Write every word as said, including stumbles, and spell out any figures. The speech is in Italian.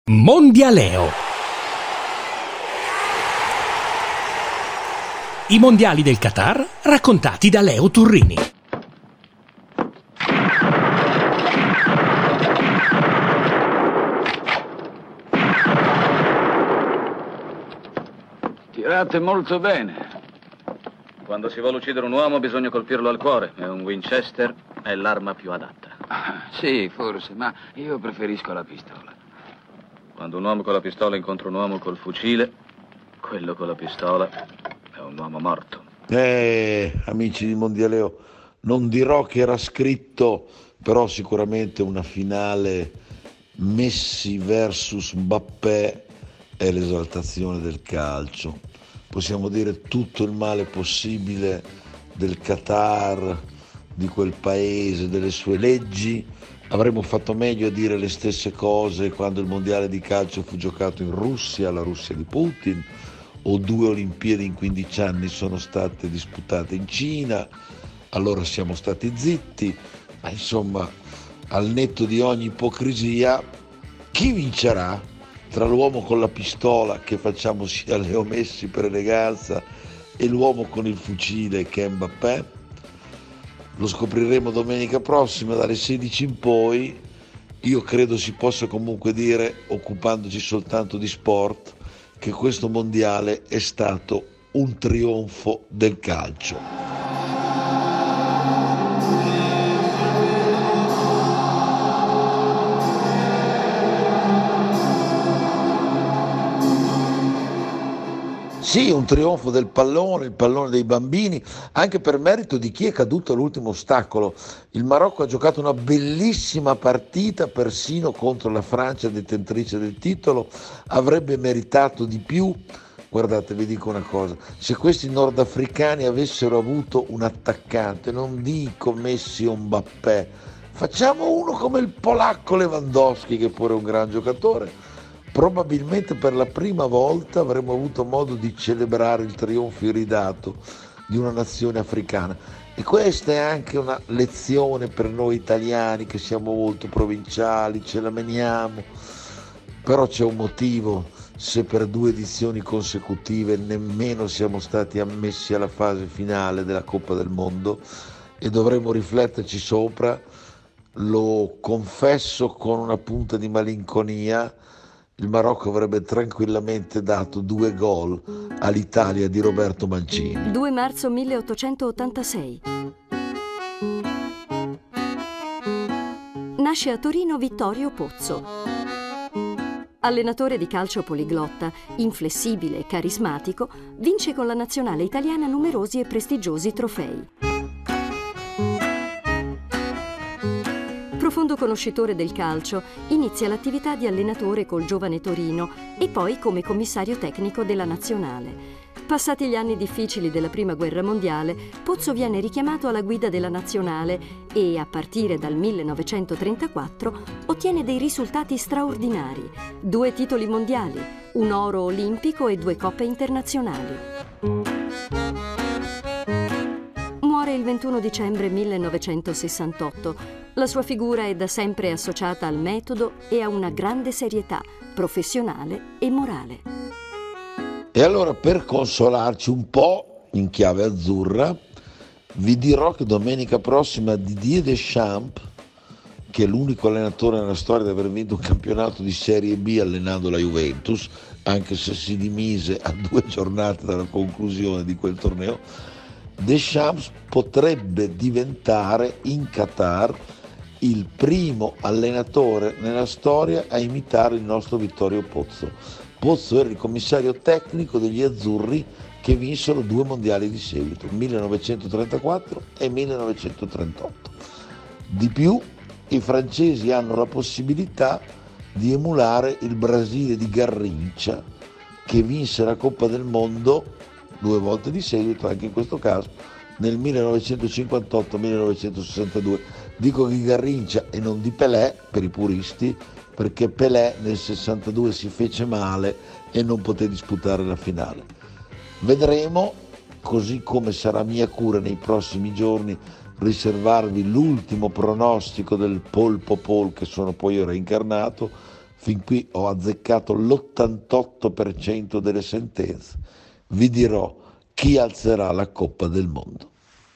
Mondialeo. I mondiali del Qatar raccontati da Leo Turrini. Tirate molto bene. Quando si vuole uccidere un uomo bisogna colpirlo al cuore e un Winchester è l'arma più adatta. Ah, sì, forse, ma io preferisco la pistola. Quando un uomo con la pistola incontra un uomo col fucile, quello con la pistola è un uomo morto. Eh, amici di Mondialeo, non dirò che era scritto, però sicuramente una finale Messi versus Mbappé è l'esaltazione del calcio. Possiamo dire tutto il male possibile del Qatar, di quel paese, delle sue leggi. Avremmo fatto meglio a dire le stesse cose quando il mondiale di calcio fu giocato in Russia, la Russia di Putin, o due Olimpiadi in quindici anni sono state disputate in Cina, allora siamo stati zitti, ma insomma, al netto di ogni ipocrisia, chi vincerà tra l'uomo con la pistola, che facciamo sia Leo Messi per eleganza, e l'uomo con il fucile, che è Mbappé? Lo scopriremo domenica prossima dalle sedici in poi. Io credo si possa comunque dire, occupandoci soltanto di sport, che questo mondiale è stato un trionfo del calcio. Sì, un trionfo del pallone, il pallone dei bambini, anche per merito di chi è caduto all'ultimo ostacolo. Il Marocco ha giocato una bellissima partita, persino contro la Francia, detentrice del titolo, avrebbe meritato di più. Guardate, vi dico una cosa, se questi nordafricani avessero avuto un attaccante, non dico Messi o Mbappé, facciamo uno come il polacco Lewandowski, che pure è un gran giocatore, probabilmente per la prima volta avremmo avuto modo di celebrare il trionfo iridato di una nazione africana. E questa è anche una lezione per noi italiani, che siamo molto provinciali, ce la meniamo, però c'è un motivo se per due edizioni consecutive nemmeno siamo stati ammessi alla fase finale della Coppa del Mondo, e dovremmo rifletterci sopra. Lo confesso con una punta di malinconia, il Marocco avrebbe tranquillamente dato due gol all'Italia di Roberto Mancini. due marzo milleottocentottantasei. Nasce a Torino Vittorio Pozzo. Allenatore di calcio poliglotta, inflessibile e carismatico, vince con la nazionale italiana numerosi e prestigiosi trofei. Profondo conoscitore del calcio, inizia l'attività di allenatore col giovane Torino e poi come commissario tecnico della nazionale. Passati gli anni difficili della Prima Guerra Mondiale, Pozzo viene richiamato alla guida della nazionale e, a partire dal millenovecentotrentaquattro, ottiene dei risultati straordinari: due titoli mondiali, un oro olimpico e due coppe internazionali. Muore il ventuno dicembre millenovecentosessantotto. La sua figura è da sempre associata al metodo e a una grande serietà professionale e morale. E allora, per consolarci un po' in chiave azzurra, vi dirò che domenica prossima Didier Deschamps, che è l'unico allenatore nella storia ad aver vinto un campionato di Serie B allenando la Juventus, anche se si dimise a due giornate dalla conclusione di quel torneo, Deschamps potrebbe diventare in Qatar il primo allenatore nella storia a imitare il nostro Vittorio Pozzo. Pozzo era il commissario tecnico degli azzurri che vinsero due mondiali di seguito, millenovecentotrentaquattro e millenovecentotrentotto. Di più, i francesi hanno la possibilità di emulare il Brasile di Garrincha, che vinse la Coppa del Mondo due volte di seguito, anche in questo caso nel millenovecentocinquantotto millenovecentosessantadue. Dico di Garrincha e non di Pelé per i puristi, perché Pelé nel sessantadue si fece male e non poté disputare la finale. Vedremo, così come sarà mia cura nei prossimi giorni riservarvi l'ultimo pronostico del polpo Paul, che sono poi io reincarnato, Fin qui ho azzeccato l'ottantotto per cento delle sentenze. Vi dirò chi alzerà la Coppa del Mondo.